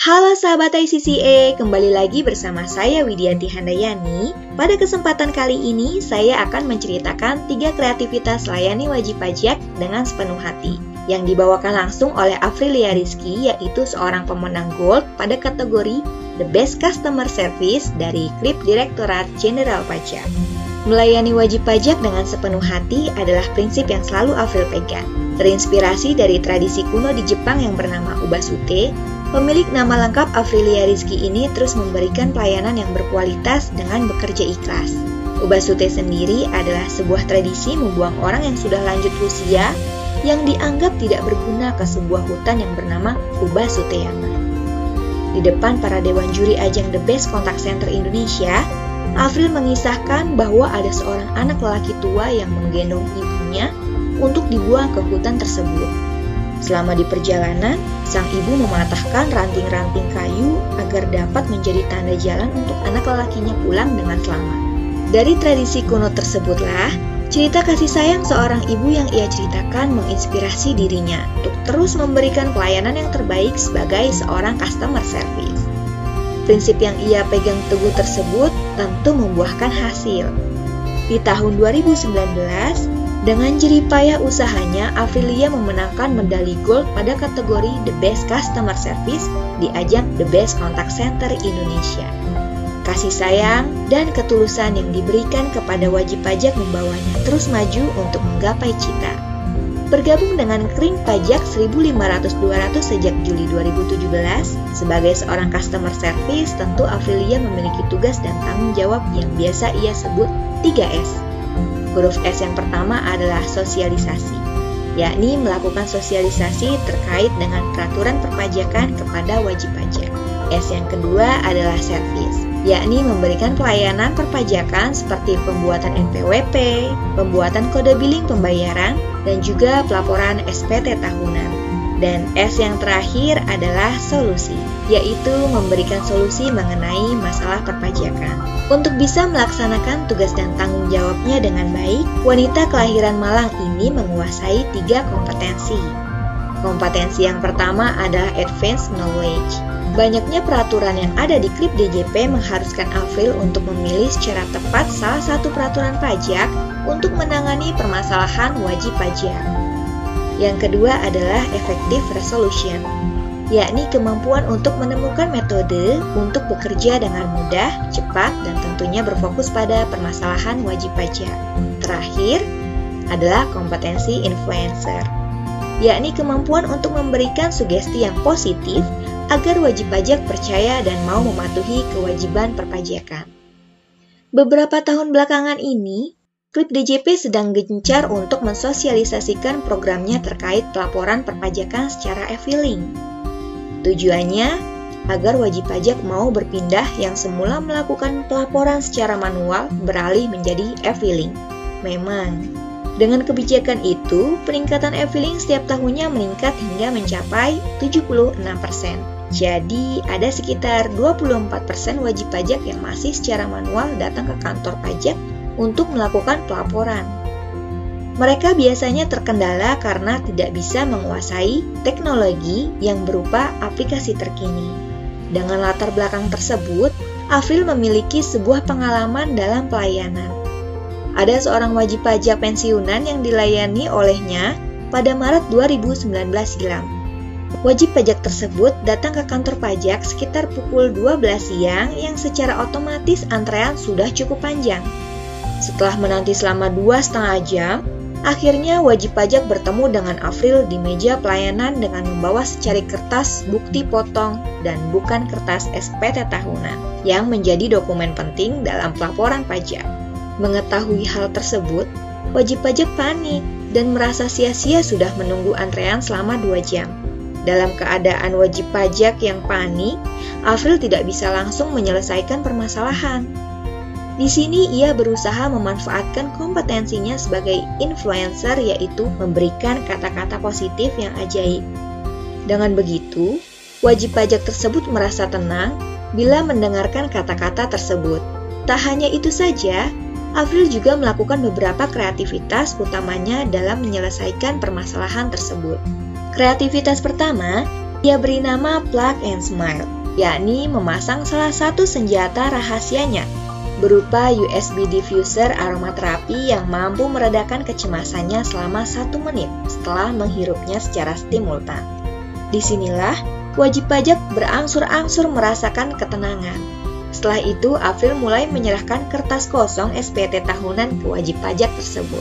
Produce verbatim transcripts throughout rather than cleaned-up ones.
Halo sahabat I C C A, kembali lagi bersama saya Widianti Handayani. Pada kesempatan kali ini, saya akan menceritakan tiga kreativitas layani wajib pajak dengan sepenuh hati yang dibawakan langsung oleh Afrilia Rizky, yaitu seorang pemenang Gold pada kategori The Best Customer Service dari Klip Direktorat Jenderal Pajak. Melayani wajib pajak dengan sepenuh hati adalah prinsip yang selalu Afril pegang. Terinspirasi dari tradisi kuno di Jepang yang bernama Ubasute, pemilik nama lengkap Afrilia Rizky ini terus memberikan pelayanan yang berkualitas dengan bekerja ikhlas. Ubasute sendiri adalah sebuah tradisi membuang orang yang sudah lanjut usia yang dianggap tidak berguna ke sebuah hutan yang bernama Ubasuteyama. Di depan para dewan juri ajang The Best Contact Center Indonesia, Afril mengisahkan bahwa ada seorang anak lelaki tua yang menggendong ibunya untuk dibuang ke hutan tersebut. Selama di perjalanan, sang ibu mematahkan ranting-ranting kayu agar dapat menjadi tanda jalan untuk anak lelakinya pulang dengan selamat. Dari tradisi kuno tersebutlah, cerita kasih sayang seorang ibu yang ia ceritakan menginspirasi dirinya untuk terus memberikan pelayanan yang terbaik sebagai seorang customer service. Prinsip yang ia pegang teguh tersebut tentu membuahkan hasil. Di tahun dua ribu sembilan belas, dengan jerih payah usahanya, Afrilia memenangkan medali gold pada kategori The Best Customer Service di ajang The Best Contact Center Indonesia. Kasih sayang dan ketulusan yang diberikan kepada wajib pajak membawanya terus maju untuk menggapai cita. Bergabung dengan Kring Pajak seribu lima ratus dua ratus sejak Juli dua ribu tujuh belas, sebagai seorang customer service, tentu Afrilia memiliki tugas dan tanggung jawab yang biasa ia sebut tiga S. Huruf S yang pertama adalah sosialisasi, yakni melakukan sosialisasi terkait dengan peraturan perpajakan kepada wajib pajak. S yang kedua adalah service, yakni memberikan pelayanan perpajakan seperti pembuatan N P W P, pembuatan kode billing pembayaran, dan juga pelaporan S P T tahunan. Dan S yang terakhir adalah solusi, yaitu memberikan solusi mengenai masalah perpajakan. Untuk bisa melaksanakan tugas dan tanggung jawabnya dengan baik, wanita kelahiran Malang ini menguasai tiga kompetensi. Kompetensi yang pertama adalah advanced knowledge. Banyaknya peraturan yang ada di Klip D J P mengharuskan Afril untuk memilih secara tepat salah satu peraturan pajak untuk menangani permasalahan wajib pajak. Yang kedua adalah effective resolution, yakni kemampuan untuk menemukan metode untuk bekerja dengan mudah, cepat, dan tentunya berfokus pada permasalahan wajib pajak. Terakhir adalah kompetensi influencer, yakni kemampuan untuk memberikan sugesti yang positif agar wajib pajak percaya dan mau mematuhi kewajiban perpajakan. Beberapa tahun belakangan ini, Klip D J P sedang gencar untuk mensosialisasikan programnya terkait pelaporan perpajakan secara e-filing. Tujuannya agar wajib pajak mau berpindah yang semula melakukan pelaporan secara manual beralih menjadi e-filing. Memang, dengan kebijakan itu, peningkatan e-filing setiap tahunnya meningkat hingga mencapai tujuh puluh enam persen. Jadi, ada sekitar dua puluh empat persen wajib pajak yang masih secara manual datang ke kantor pajak untuk melakukan pelaporan. Mereka biasanya terkendala karena tidak bisa menguasai teknologi yang berupa aplikasi terkini. Dengan latar belakang tersebut, Afril memiliki sebuah pengalaman dalam pelayanan. Ada seorang wajib pajak pensiunan yang dilayani olehnya pada Maret dua ribu sembilan belas silam. Wajib pajak tersebut datang ke kantor pajak sekitar pukul dua belas siang yang secara otomatis antrean sudah cukup panjang. Setelah menanti selama dua setengah jam, akhirnya wajib pajak bertemu dengan Afril di meja pelayanan dengan membawa secari kertas bukti potong dan bukan kertas S P T tahunan yang menjadi dokumen penting dalam pelaporan pajak. Mengetahui hal tersebut, wajib pajak panik dan merasa sia-sia sudah menunggu antrean selama dua jam. Dalam keadaan wajib pajak yang panik, Afril tidak bisa langsung menyelesaikan permasalahan. Di sini ia berusaha memanfaatkan kompetensinya sebagai influencer, yaitu memberikan kata-kata positif yang ajaib. Dengan begitu, wajib pajak tersebut merasa tenang bila mendengarkan kata-kata tersebut. Tak hanya itu saja, Afril juga melakukan beberapa kreativitas utamanya dalam menyelesaikan permasalahan tersebut. Kreativitas pertama Ia beri nama Plug and Smile, yakni memasang salah satu senjata rahasianya, berupa U S B diffuser aromaterapi yang mampu meredakan kecemasannya selama satu menit setelah menghirupnya secara simultan. Disinilah wajib pajak berangsur-angsur merasakan ketenangan. Setelah itu, Afril mulai menyerahkan kertas kosong S P T tahunan ke wajib pajak tersebut.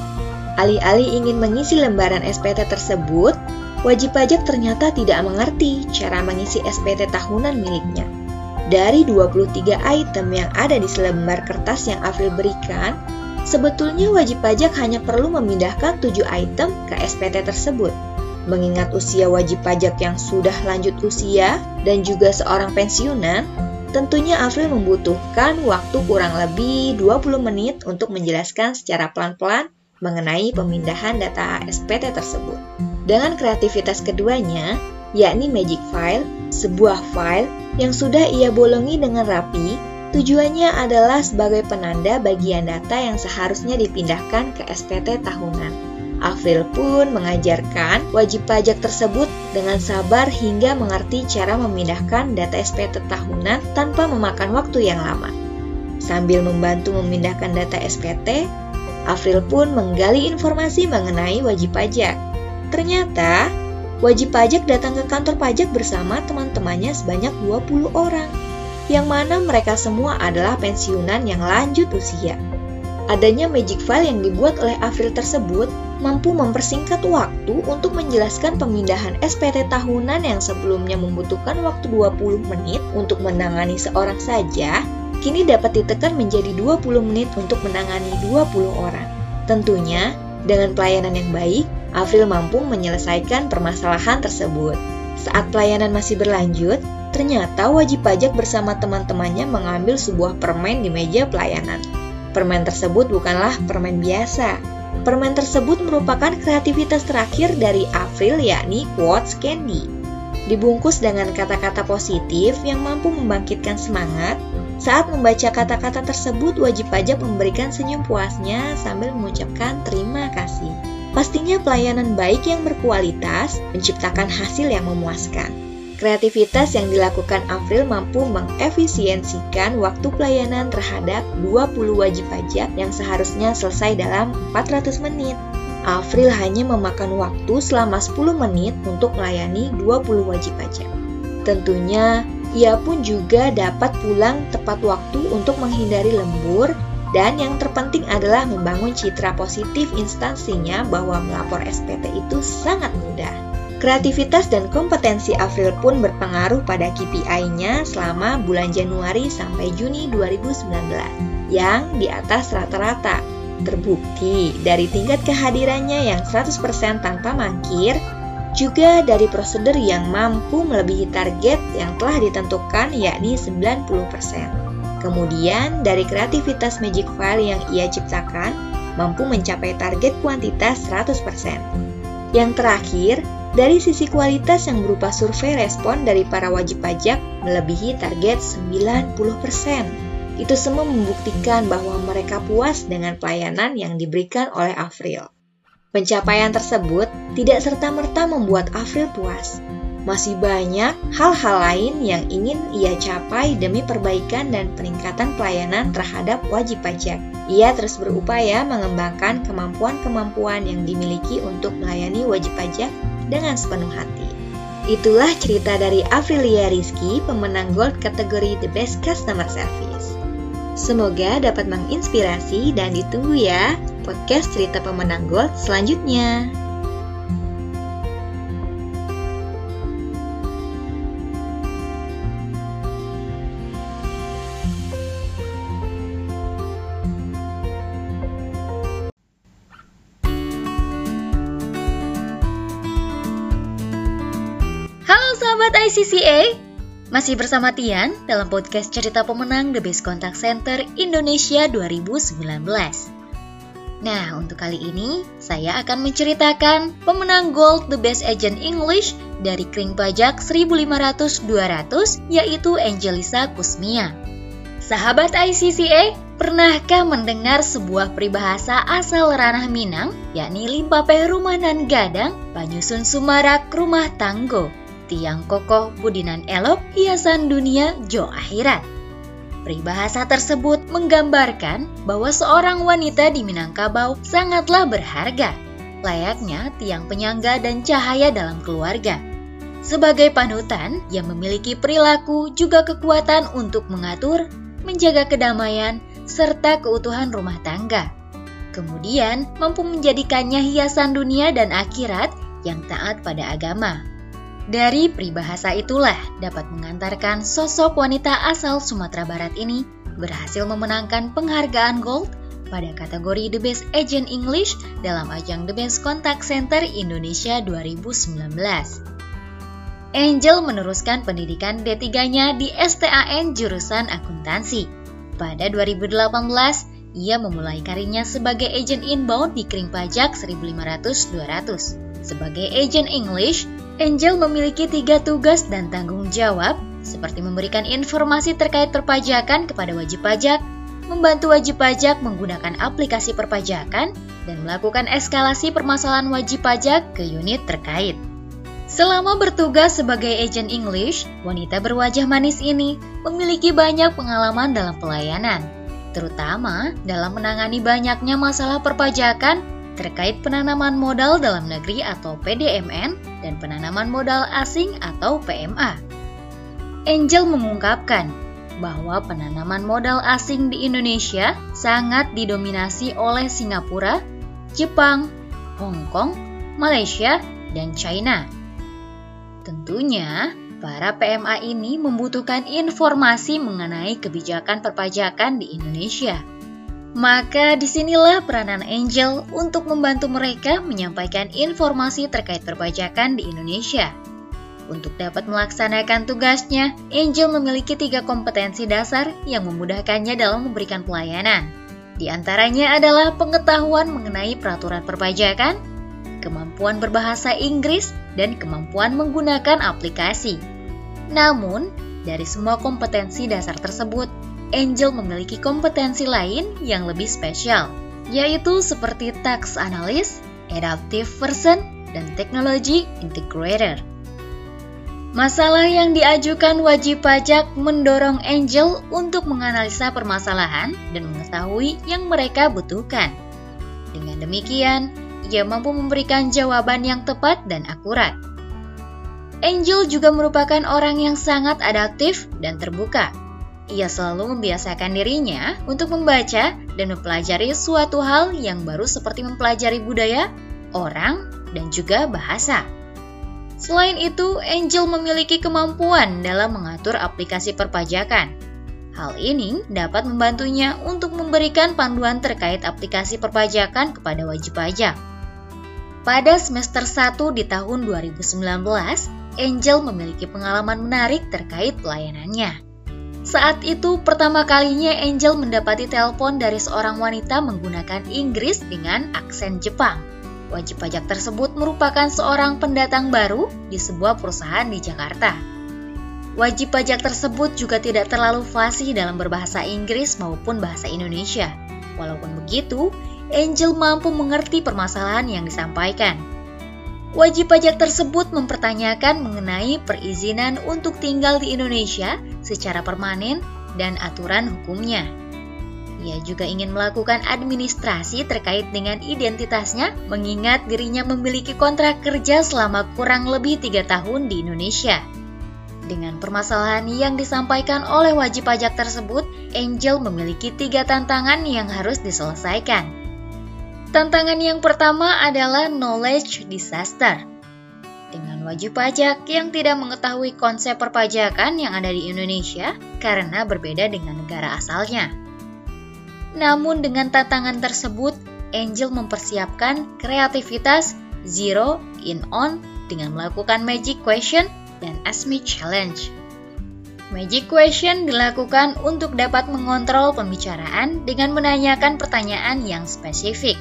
Alih-alih ingin mengisi lembaran S P T tersebut, wajib pajak ternyata tidak mengerti cara mengisi S P T tahunan miliknya. Dari dua puluh tiga item yang ada di selembar kertas yang Afril berikan, sebetulnya wajib pajak hanya perlu memindahkan tujuh item ke S P T tersebut. Mengingat usia wajib pajak yang sudah lanjut usia dan juga seorang pensiunan, tentunya Afril membutuhkan waktu kurang lebih dua puluh menit untuk menjelaskan secara pelan-pelan mengenai pemindahan data S P T tersebut. Dengan kreativitas keduanya, yakni Magic File, sebuah file yang sudah ia bolongi dengan rapi, tujuannya adalah sebagai penanda bagian data yang seharusnya dipindahkan ke S P T tahunan. Afril pun mengajarkan wajib pajak tersebut dengan sabar hingga mengerti cara memindahkan data S P T tahunan tanpa memakan waktu yang lama. Sambil membantu memindahkan data S P T, Afril pun menggali informasi mengenai wajib pajak. Ternyata, wajib pajak datang ke kantor pajak bersama teman-temannya sebanyak dua puluh orang, yang mana mereka semua adalah pensiunan yang lanjut usia. Adanya Magic File yang dibuat oleh Afril tersebut mampu mempersingkat waktu untuk menjelaskan pemindahan S P T tahunan yang sebelumnya membutuhkan waktu dua puluh menit untuk menangani seorang saja, kini dapat ditekan menjadi dua puluh menit untuk menangani dua puluh orang. Tentunya, dengan pelayanan yang baik, Afril mampu menyelesaikan permasalahan tersebut. Saat pelayanan masih berlanjut, ternyata wajib pajak bersama teman-temannya mengambil sebuah permen di meja pelayanan. Permen tersebut bukanlah permen biasa. Permen tersebut merupakan kreativitas terakhir dari Afril, yakni Quotes Candy. Dibungkus dengan kata-kata positif yang mampu membangkitkan semangat. Saat membaca kata-kata tersebut, wajib pajak memberikan senyum puasnya sambil mengucapkan terima kasih. Pastinya pelayanan baik yang berkualitas menciptakan hasil yang memuaskan. Kreativitas yang dilakukan Afril mampu mengefisiensikan waktu pelayanan terhadap dua puluh wajib pajak yang seharusnya selesai dalam empat ratus menit. Afril hanya memakan waktu selama sepuluh menit untuk melayani dua puluh wajib pajak. Tentunya, ia pun juga dapat pulang tepat waktu untuk menghindari lembur. Dan yang terpenting adalah membangun citra positif instansinya bahwa melapor S P T itu sangat mudah. Kreativitas dan kompetensi Afril pun berpengaruh pada K P I-nya selama bulan Januari sampai Juni dua ribu sembilan belas, yang di atas rata-rata. Terbukti dari tingkat kehadirannya yang seratus persen tanpa mangkir, juga dari prosedur yang mampu melebihi target yang telah ditentukan yakni sembilan puluh persen. Kemudian, dari kreativitas Magic File yang ia ciptakan, mampu mencapai target kuantitas seratus persen. Yang terakhir, dari sisi kualitas yang berupa survei respon dari para wajib pajak melebihi target sembilan puluh persen. Itu semua membuktikan bahwa mereka puas dengan pelayanan yang diberikan oleh Afril. Pencapaian tersebut tidak serta-merta membuat Afril puas. Masih banyak hal-hal lain yang ingin ia capai demi perbaikan dan peningkatan pelayanan terhadap wajib pajak. Ia terus berupaya mengembangkan kemampuan-kemampuan yang dimiliki untuk melayani wajib pajak dengan sepenuh hati. Itulah cerita dari Afrilia Rizky, pemenang Gold kategori The Best Customer Service. Semoga dapat menginspirasi dan ditunggu ya podcast cerita pemenang Gold selanjutnya. Sahabat I C C A, masih bersama Tian dalam podcast cerita pemenang The Best Contact Center Indonesia dua ribu sembilan belas. Nah, untuk kali ini saya akan menceritakan pemenang Gold The Best Agent English dari Kring Pajak seribu lima ratus dua ratus, yaitu Angelisa Kusmia. Sahabat I C C A, pernahkah mendengar sebuah peribahasa asal ranah Minang, yakni limpapeh rumah nan gadang, panyusun sumarak rumah tanggo? Tiang Kokoh Budinan Elok Hiasan Dunia Jo Akhirat. Peribahasa tersebut menggambarkan bahwa seorang wanita di Minangkabau sangatlah berharga, layaknya tiang penyangga dan cahaya dalam keluarga. Sebagai panutan yang memiliki perilaku juga kekuatan untuk mengatur, menjaga kedamaian, serta keutuhan rumah tangga. Kemudian mampu menjadikannya hiasan dunia dan akhirat yang taat pada agama. Dari peribahasa itulah dapat mengantarkan sosok wanita asal Sumatera Barat ini berhasil memenangkan penghargaan Gold pada kategori The Best Agent English dalam ajang The Best Contact Center Indonesia dua ribu sembilan belas. Angel meneruskan pendidikan D tiga-nya di S T A N jurusan akuntansi. Pada dua ribu delapan belas, ia memulai karirnya sebagai agent inbound di Kering Pajak seribu lima ratus dua ratus. Sebagai agent English, Angel memiliki tiga tugas dan tanggung jawab, seperti memberikan informasi terkait perpajakan kepada wajib pajak, membantu wajib pajak menggunakan aplikasi perpajakan, dan melakukan eskalasi permasalahan wajib pajak ke unit terkait. Selama bertugas sebagai agent English, wanita berwajah manis ini memiliki banyak pengalaman dalam pelayanan, terutama dalam menangani banyaknya masalah perpajakan terkait penanaman modal dalam negeri atau P D M N dan penanaman modal asing atau P M A. Angel mengungkapkan bahwa penanaman modal asing di Indonesia sangat didominasi oleh Singapura, Jepang, Hong Kong, Malaysia, dan China. Tentunya, para P M A ini membutuhkan informasi mengenai kebijakan perpajakan di Indonesia. Maka disinilah peranan Angel untuk membantu mereka menyampaikan informasi terkait perpajakan di Indonesia. Untuk dapat melaksanakan tugasnya, Angel memiliki tiga kompetensi dasar yang memudahkannya dalam memberikan pelayanan. Di antaranya adalah pengetahuan mengenai peraturan perpajakan, kemampuan berbahasa Inggris, dan kemampuan menggunakan aplikasi. Namun, dari semua kompetensi dasar tersebut, Angel memiliki kompetensi lain yang lebih spesial, yaitu seperti tax analyst, adaptive person, dan technology integrator. Masalah yang diajukan wajib pajak mendorong Angel untuk menganalisa permasalahan dan mengetahui yang mereka butuhkan. Dengan demikian, ia mampu memberikan jawaban yang tepat dan akurat. Angel juga merupakan orang yang sangat adaptif dan terbuka. Ia selalu membiasakan dirinya untuk membaca dan mempelajari suatu hal yang baru seperti mempelajari budaya, orang, dan juga bahasa. Selain itu, Angel memiliki kemampuan dalam mengatur aplikasi perpajakan. Hal ini dapat membantunya untuk memberikan panduan terkait aplikasi perpajakan kepada wajib pajak. Pada semester satu di tahun dua ribu sembilan belas, Angel memiliki pengalaman menarik terkait pelayanannya. Saat itu pertama kalinya Angel mendapati telepon dari seorang wanita menggunakan Inggris dengan aksen Jepang. Wajib pajak tersebut merupakan seorang pendatang baru di sebuah perusahaan di Jakarta. Wajib pajak tersebut juga tidak terlalu fasih dalam berbahasa Inggris maupun bahasa Indonesia. Walaupun begitu, Angel mampu mengerti permasalahan yang disampaikan. Wajib pajak tersebut mempertanyakan mengenai perizinan untuk tinggal di Indonesia secara permanen dan aturan hukumnya. Ia juga ingin melakukan administrasi terkait dengan identitasnya, mengingat dirinya memiliki kontrak kerja selama kurang lebih tiga tahun di Indonesia. Dengan permasalahan yang disampaikan oleh wajib pajak tersebut, Angel memiliki tiga tantangan yang harus diselesaikan. Tantangan yang pertama adalah knowledge disaster. Dengan wajib pajak yang tidak mengetahui konsep perpajakan yang ada di Indonesia karena berbeda dengan negara asalnya. Namun dengan tantangan tersebut, Angel mempersiapkan kreativitas zero in on dengan melakukan magic question dan Ask Me Challenge. Magic question dilakukan untuk dapat mengontrol pembicaraan dengan menanyakan pertanyaan yang spesifik.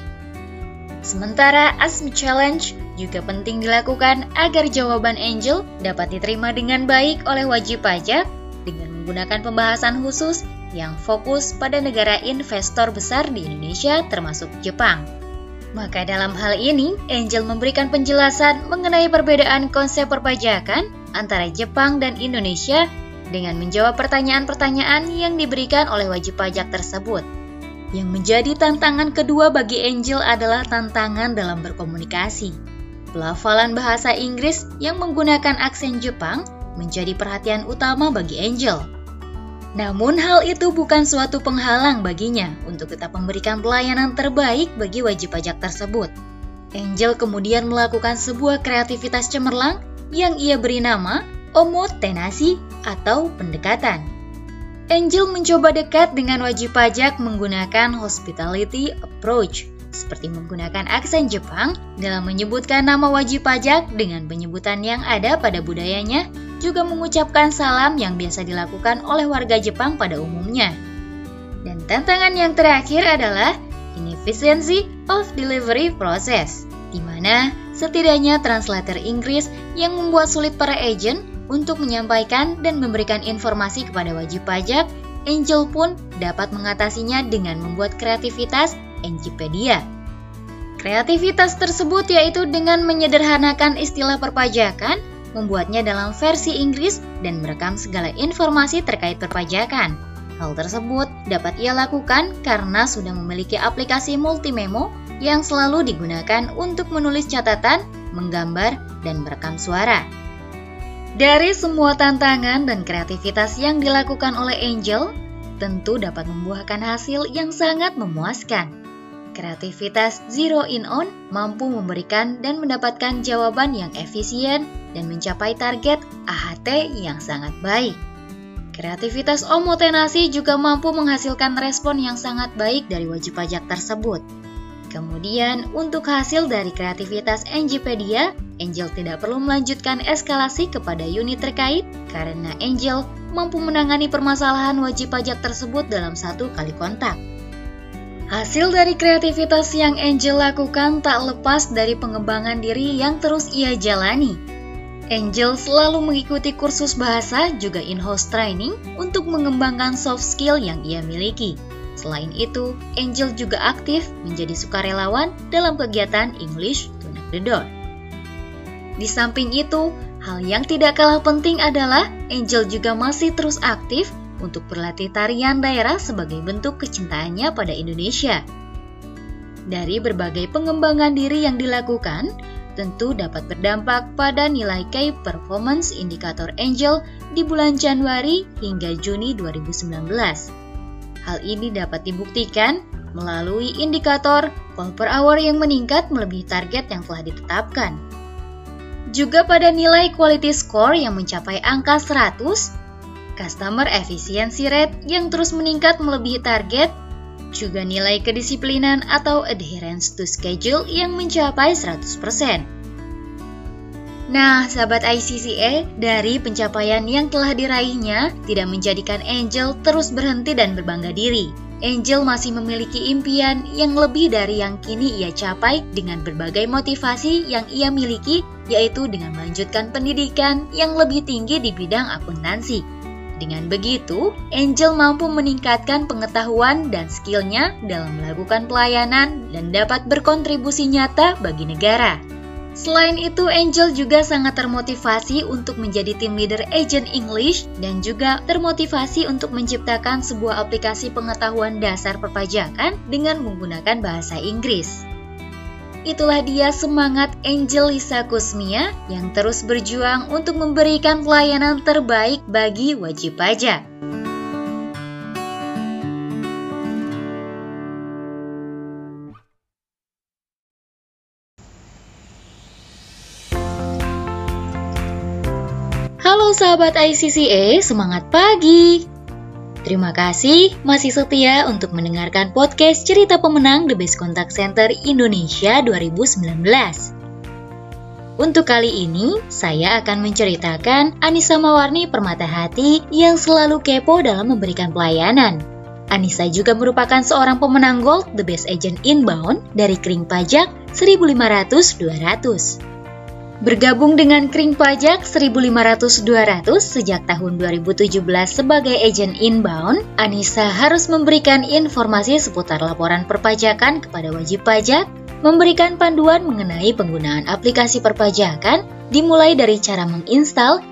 Sementara Ask Me Challenge juga penting dilakukan agar jawaban Angel dapat diterima dengan baik oleh wajib pajak dengan menggunakan pembahasan khusus yang fokus pada negara investor besar di Indonesia termasuk Jepang. Maka dalam hal ini, Angel memberikan penjelasan mengenai perbedaan konsep perpajakan antara Jepang dan Indonesia dengan menjawab pertanyaan-pertanyaan yang diberikan oleh wajib pajak tersebut. Yang menjadi tantangan kedua bagi Angel adalah tantangan dalam berkomunikasi. Pelafalan bahasa Inggris yang menggunakan aksen Jepang menjadi perhatian utama bagi Angel. Namun hal itu bukan suatu penghalang baginya untuk tetap memberikan pelayanan terbaik bagi wajib pajak tersebut. Angel kemudian melakukan sebuah kreativitas cemerlang yang ia beri nama omotenashi atau pendekatan. Angel mencoba dekat dengan wajib pajak menggunakan hospitality approach, seperti menggunakan aksen Jepang dalam menyebutkan nama wajib pajak dengan penyebutan yang ada pada budayanya, juga mengucapkan salam yang biasa dilakukan oleh warga Jepang pada umumnya. Dan tantangan yang terakhir adalah inefficiency of delivery process, di mana setidaknya translator Inggris yang membuat sulit para agen untuk menyampaikan dan memberikan informasi kepada wajib pajak. Angel pun dapat mengatasinya dengan membuat kreativitas Engipedia. Kreativitas tersebut yaitu dengan menyederhanakan istilah perpajakan, membuatnya dalam versi Inggris dan merekam segala informasi terkait perpajakan. Hal tersebut dapat ia lakukan karena sudah memiliki aplikasi multimemo yang selalu digunakan untuk menulis catatan, menggambar, dan merekam suara. Dari semua tantangan dan kreativitas yang dilakukan oleh Angel, tentu dapat membuahkan hasil yang sangat memuaskan. Kreativitas Zero In On mampu memberikan dan mendapatkan jawaban yang efisien dan mencapai target A H T yang sangat baik. Kreativitas omotenashi juga mampu menghasilkan respon yang sangat baik dari wajib pajak tersebut. Kemudian, untuk hasil dari kreativitas Engipedia, Angel tidak perlu melanjutkan eskalasi kepada unit terkait karena Angel mampu menangani permasalahan wajib pajak tersebut dalam satu kali kontak. Hasil dari kreativitas yang Angel lakukan tak lepas dari pengembangan diri yang terus ia jalani. Angel selalu mengikuti kursus bahasa juga in-house training untuk mengembangkan soft skill yang ia miliki. Selain itu, Angel juga aktif menjadi sukarelawan dalam kegiatan English to Knock the Door. Di samping itu, hal yang tidak kalah penting adalah Angel juga masih terus aktif untuk berlatih tarian daerah sebagai bentuk kecintaannya pada Indonesia. Dari berbagai pengembangan diri yang dilakukan, tentu dapat berdampak pada nilai Key Performance Indicator Angel di bulan Januari hingga Juni dua ribu sembilan belas. Hal ini dapat dibuktikan melalui indikator call per hour yang meningkat melebihi target yang telah ditetapkan. Juga pada nilai quality score yang mencapai angka seratus, customer efficiency rate yang terus meningkat melebihi target, juga nilai kedisiplinan atau adherence to schedule yang mencapai seratus persen. Nah, sahabat I C C A, dari pencapaian yang telah diraihnya tidak menjadikan Angel terus berhenti dan berbangga diri. Angel masih memiliki impian yang lebih dari yang kini ia capai dengan berbagai motivasi yang ia miliki, yaitu dengan melanjutkan pendidikan yang lebih tinggi di bidang akuntansi. Dengan begitu, Angel mampu meningkatkan pengetahuan dan skillnya dalam melakukan pelayanan dan dapat berkontribusi nyata bagi negara. Selain itu, Angel juga sangat termotivasi untuk menjadi tim leader agent English dan juga termotivasi untuk menciptakan sebuah aplikasi pengetahuan dasar perpajakan dengan menggunakan bahasa Inggris. Itulah dia semangat Angel Lisa Kusmia yang terus berjuang untuk memberikan pelayanan terbaik bagi wajib pajak. Halo sahabat I C C A, semangat pagi! Terima kasih masih setia untuk mendengarkan podcast Cerita Pemenang The Best Contact Center Indonesia dua ribu sembilan belas. Untuk kali ini, saya akan menceritakan Anissa Mawarni Permata Hati yang selalu kepo dalam memberikan pelayanan. Anissa juga merupakan seorang pemenang Gold The Best Agent Inbound dari Kring Pajak seribu lima ratus dua ratus. Bergabung dengan Kring Pajak seribu lima ratus dua ratus sejak tahun dua ribu tujuh belas sebagai agen inbound, Anissa harus memberikan informasi seputar laporan perpajakan kepada wajib pajak, memberikan panduan mengenai penggunaan aplikasi perpajakan, dimulai dari cara menginstal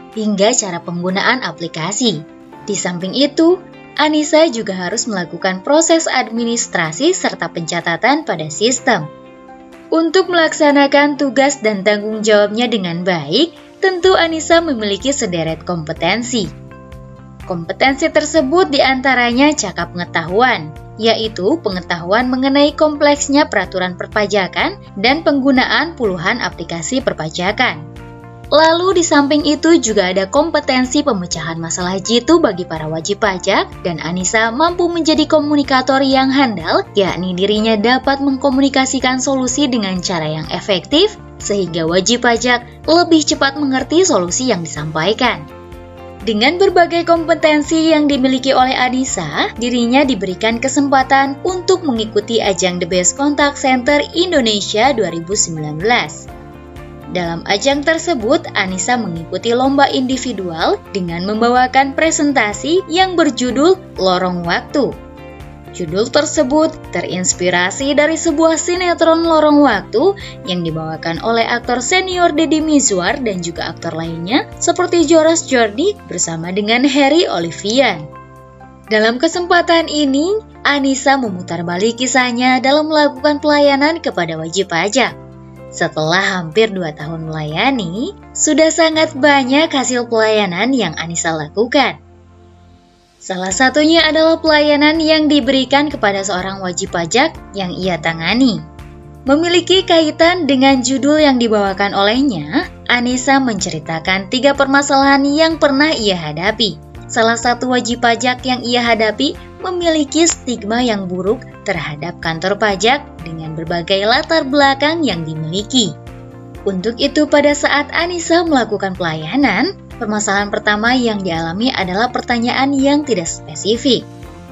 hingga cara penggunaan aplikasi. Di samping itu, Anissa juga harus melakukan proses administrasi serta pencatatan pada sistem. Untuk melaksanakan tugas dan tanggung jawabnya dengan baik, tentu Anissa memiliki sederet kompetensi. Kompetensi tersebut diantaranya cakap pengetahuan, yaitu pengetahuan mengenai kompleksnya peraturan perpajakan dan penggunaan puluhan aplikasi perpajakan. Lalu di samping itu juga ada kompetensi pemecahan masalah jitu bagi para wajib pajak, dan Anissa mampu menjadi komunikator yang handal, yakni dirinya dapat mengkomunikasikan solusi dengan cara yang efektif, sehingga wajib pajak lebih cepat mengerti solusi yang disampaikan. Dengan berbagai kompetensi yang dimiliki oleh Anissa, dirinya diberikan kesempatan untuk mengikuti ajang The Best Contact Center Indonesia dua ribu sembilan belas. Dalam ajang tersebut, Anissa mengikuti lomba individual dengan membawakan presentasi yang berjudul Lorong Waktu. Judul tersebut terinspirasi dari sebuah sinetron Lorong Waktu yang dibawakan oleh aktor senior Deddy Mizwar dan juga aktor lainnya seperti Joras Jordi bersama dengan Harry Olivian. Dalam kesempatan ini, Anissa memutarbalik kisahnya dalam melakukan pelayanan kepada wajib pajak. Setelah hampir dua tahun melayani, sudah sangat banyak hasil pelayanan yang Anissa lakukan. Salah satunya adalah pelayanan yang diberikan kepada seorang wajib pajak yang ia tangani. Memiliki kaitan dengan judul yang dibawakan olehnya, Anissa menceritakan tiga permasalahan yang pernah ia hadapi. Salah satu wajib pajak yang ia hadapi memiliki stigma yang buruk terhadap kantor pajak dengan berbagai latar belakang yang dimiliki. Untuk itu, pada saat Anissa melakukan pelayanan, permasalahan pertama yang dialami adalah pertanyaan yang tidak spesifik.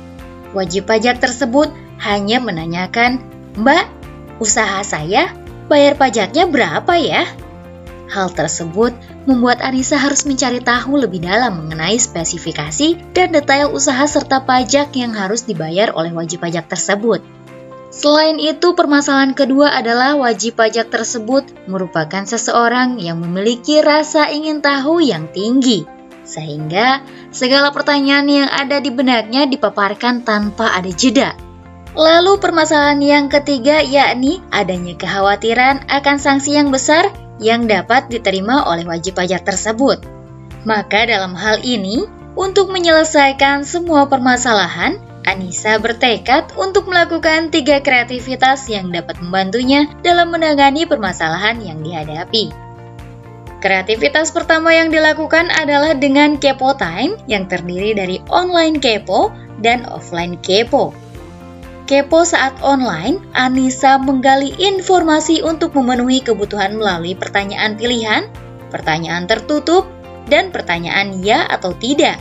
Wajib pajak tersebut hanya menanyakan, "Mbak, usaha saya bayar pajaknya berapa ya?" Hal tersebut membuat Anissa harus mencari tahu lebih dalam mengenai spesifikasi dan detail usaha serta pajak yang harus dibayar oleh wajib pajak tersebut. Selain itu, permasalahan kedua adalah wajib pajak tersebut merupakan seseorang yang memiliki rasa ingin tahu yang tinggi, sehingga segala pertanyaan yang ada di benaknya dipaparkan tanpa ada jeda. Lalu permasalahan yang ketiga yakni adanya kekhawatiran akan sanksi yang besar yang dapat diterima oleh wajib pajak tersebut. Maka dalam hal ini, untuk menyelesaikan semua permasalahan, Anissa bertekad untuk melakukan tiga kreativitas yang dapat membantunya dalam menangani permasalahan yang dihadapi. Kreativitas pertama yang dilakukan adalah dengan Kepo Time yang terdiri dari online kepo dan offline kepo. Kepo saat online, Anissa menggali informasi untuk memenuhi kebutuhan melalui pertanyaan pilihan, pertanyaan tertutup, dan pertanyaan ya atau tidak.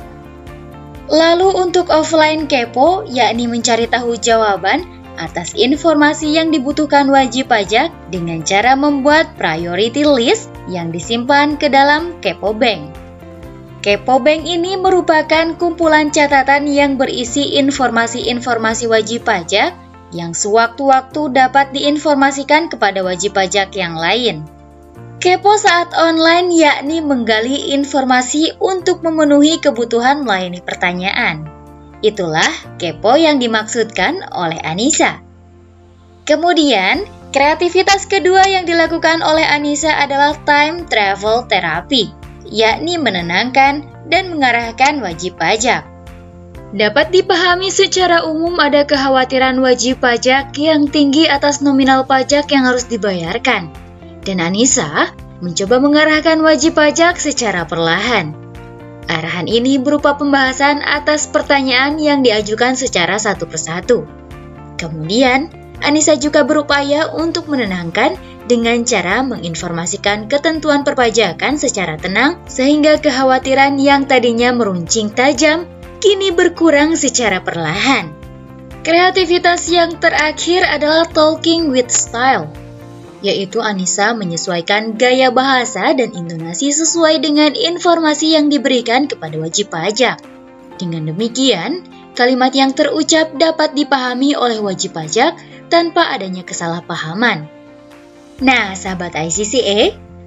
Lalu untuk offline kepo, yakni mencari tahu jawaban atas informasi yang dibutuhkan wajib pajak dengan cara membuat priority list yang disimpan ke dalam Kepo Bank. Kepo Bank ini merupakan kumpulan catatan yang berisi informasi-informasi wajib pajak yang sewaktu-waktu dapat diinformasikan kepada wajib pajak yang lain. Kepo saat online yakni menggali informasi untuk memenuhi kebutuhan melayani pertanyaan. Itulah kepo yang dimaksudkan oleh Anissa. Kemudian, kreativitas kedua yang dilakukan oleh Anissa adalah time travel therapy, yakni menenangkan dan mengarahkan wajib pajak. Dapat dipahami secara umum ada kekhawatiran wajib pajak yang tinggi atas nominal pajak yang harus dibayarkan. Dan Anissa mencoba mengarahkan wajib pajak secara perlahan. Arahan ini berupa pembahasan atas pertanyaan yang diajukan secara satu persatu. Kemudian, Anissa juga berupaya untuk menenangkan dengan cara menginformasikan ketentuan perpajakan secara tenang sehingga kekhawatiran yang tadinya meruncing tajam kini berkurang secara perlahan. Kreativitas yang terakhir adalah talking with style, yaitu Anissa menyesuaikan gaya bahasa dan intonasi sesuai dengan informasi yang diberikan kepada wajib pajak. Dengan demikian, kalimat yang terucap dapat dipahami oleh wajib pajak tanpa adanya kesalahpahaman. Nah, sahabat I C C A,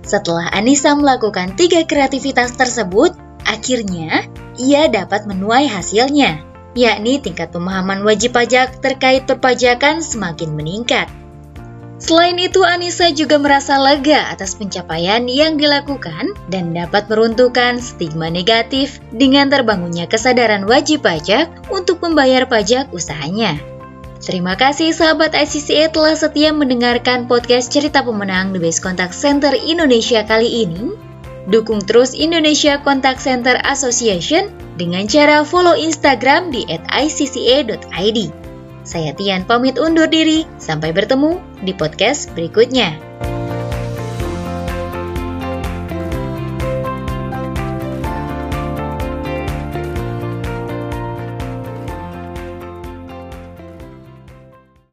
Setelah Anissa melakukan tiga kreativitas tersebut, akhirnya ia dapat menuai hasilnya, yakni tingkat pemahaman wajib pajak terkait perpajakan semakin meningkat. Selain itu, Anissa juga merasa lega atas pencapaian yang dilakukan dan dapat meruntuhkan stigma negatif dengan terbangunnya kesadaran wajib pajak untuk membayar pajak usahanya. Terima kasih sahabat I C C A telah setia mendengarkan podcast Cerita Pemenang The Best Contact Center Indonesia kali ini. Dukung terus Indonesia Contact Center Association dengan cara follow Instagram di at i c c a dot i d. Saya Tian pamit undur diri, sampai bertemu di podcast berikutnya.